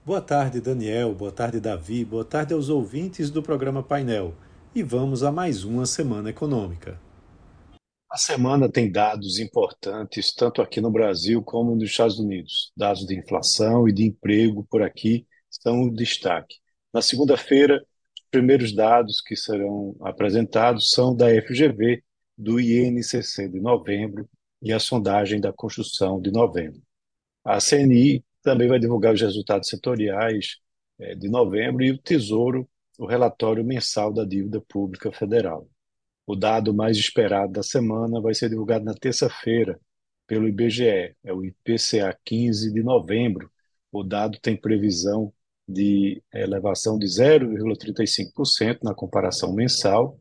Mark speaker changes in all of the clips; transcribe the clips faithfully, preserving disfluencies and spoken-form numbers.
Speaker 1: Boa tarde, Daniel. Boa tarde, Davi. Boa tarde aos ouvintes do programa Painel. E vamos a mais uma semana econômica. A semana tem dados importantes, tanto aqui no Brasil como nos Estados Unidos. Dados de inflação e de emprego por aqui são o destaque. Na segunda-feira, os primeiros dados que serão apresentados são da F G V, do I N C C de novembro e a sondagem da construção de novembro. A C N I também vai divulgar os resultados setoriais eh, de novembro e o Tesouro, o relatório mensal da dívida pública federal. O dado mais esperado da semana vai ser divulgado na terça-feira pelo I B G E, é o I P C A quinze de novembro. O dado tem previsão de elevação de zero vírgula trinta e cinco por cento na comparação mensal,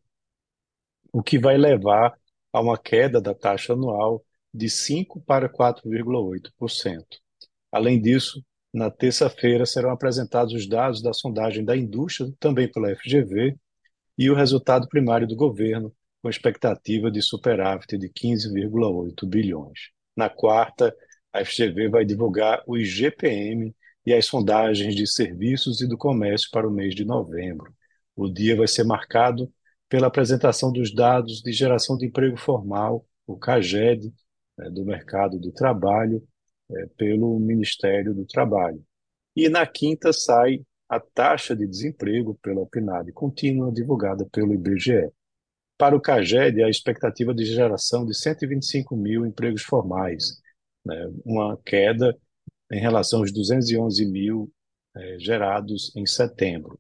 Speaker 1: o que vai levar a uma queda da taxa anual de cinco para quatro vírgula oito por cento. Além disso, na terça-feira serão apresentados os dados da sondagem da indústria, também pela F G V, e o resultado primário do governo, com expectativa de superávit de quinze vírgula oito bilhões. Na quarta, a F G V vai divulgar o I G P M e as sondagens de serviços e do comércio para o mês de novembro. O dia vai ser marcado pela apresentação dos dados de geração de emprego formal, o CAGED, eh, do mercado do trabalho, eh, pelo Ministério do Trabalho. E na quinta sai a taxa de desemprego pela PNAD contínua divulgada pelo I B G E. Para o CAGED, a expectativa de geração de cento e vinte e cinco mil empregos formais, né, uma queda em relação aos duzentos e onze mil eh, gerados em setembro.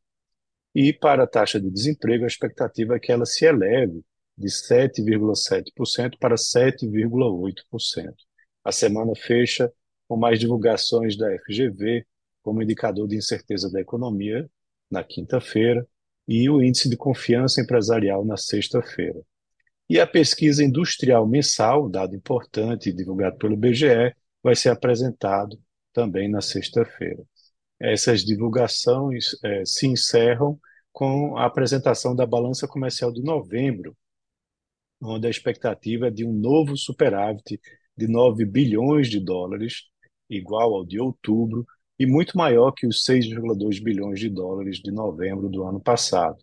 Speaker 1: E para a taxa de desemprego, a expectativa é que ela se eleve de sete vírgula sete por cento para sete vírgula oito por cento. A semana fecha com mais divulgações da F G V como indicador de incerteza da economia na quinta-feira e o índice de confiança empresarial na sexta-feira. E a pesquisa industrial mensal, dado importante divulgado pelo I B G E, vai ser apresentado também na sexta-feira. Essas divulgações eh, se encerram com a apresentação da balança comercial de novembro, onde a expectativa é de um novo superávit de nove bilhões de dólares, igual ao de outubro, e muito maior que os seis vírgula dois bilhões de dólares de novembro do ano passado.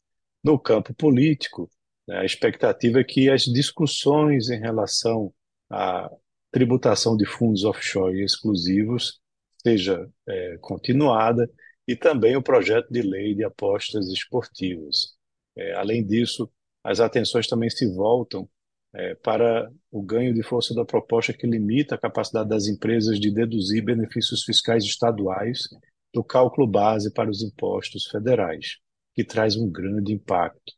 Speaker 1: No campo político, né, a expectativa é que as discussões em relação à tributação de fundos offshore exclusivos seja eh, continuada e também o projeto de lei de apostas esportivas. Eh, além disso, as atenções também se voltam eh, para o ganho de força da proposta que limita a capacidade das empresas de deduzir benefícios fiscais estaduais do cálculo base para os impostos federais, que traz um grande impacto.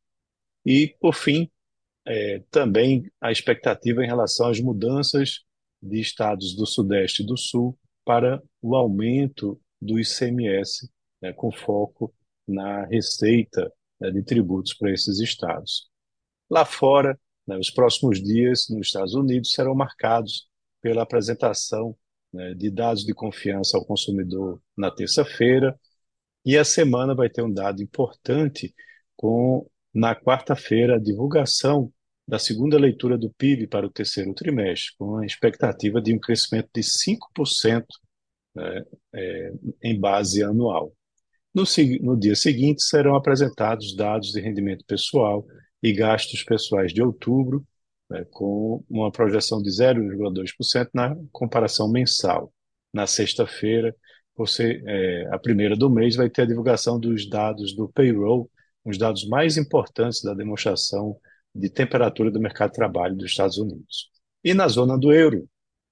Speaker 1: E, por fim, eh, também a expectativa em relação às mudanças de estados do Sudeste e do Sul para o aumento do I C M S, né, com foco na receita, né, de tributos para esses estados. Lá fora, né, os próximos dias nos Estados Unidos serão marcados pela apresentação, né, de dados de confiança ao consumidor na terça-feira, e a semana vai ter um dado importante com, na quarta-feira, a divulgação da segunda leitura do P I B para o terceiro trimestre, com a expectativa de um crescimento de cinco por cento, né, é, em base anual. No, no dia seguinte, serão apresentados dados de rendimento pessoal e gastos pessoais de outubro, né, com uma projeção de zero vírgula dois por cento na comparação mensal. Na sexta-feira, por ser é, a primeira do mês, vai ter a divulgação dos dados do payroll, os dados mais importantes da demonstração de temperatura do mercado de trabalho dos Estados Unidos. E na zona do euro,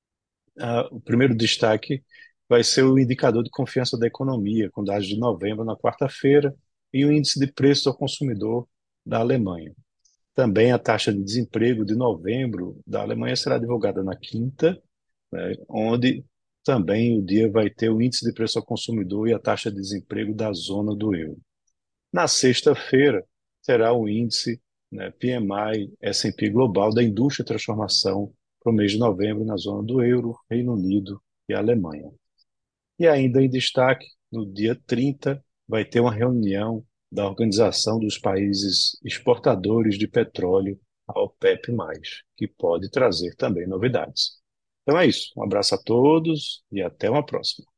Speaker 1: ah, o primeiro destaque vai ser o indicador de confiança da economia, com dados de novembro na quarta-feira, e o índice de preço ao consumidor da Alemanha. Também a taxa de desemprego de novembro da Alemanha será divulgada na quinta, né, onde também o dia vai ter o índice de preço ao consumidor e a taxa de desemprego da zona do euro. Na sexta-feira, terá o índice, né, P M I S e P Global da indústria de transformação para o mês de novembro na zona do euro, Reino Unido e Alemanha. E ainda em destaque, no dia trinta, vai ter uma reunião da Organização dos Países Exportadores de Petróleo, a OPEP+, que pode trazer também novidades. Então é isso. Um abraço a todos e até uma próxima.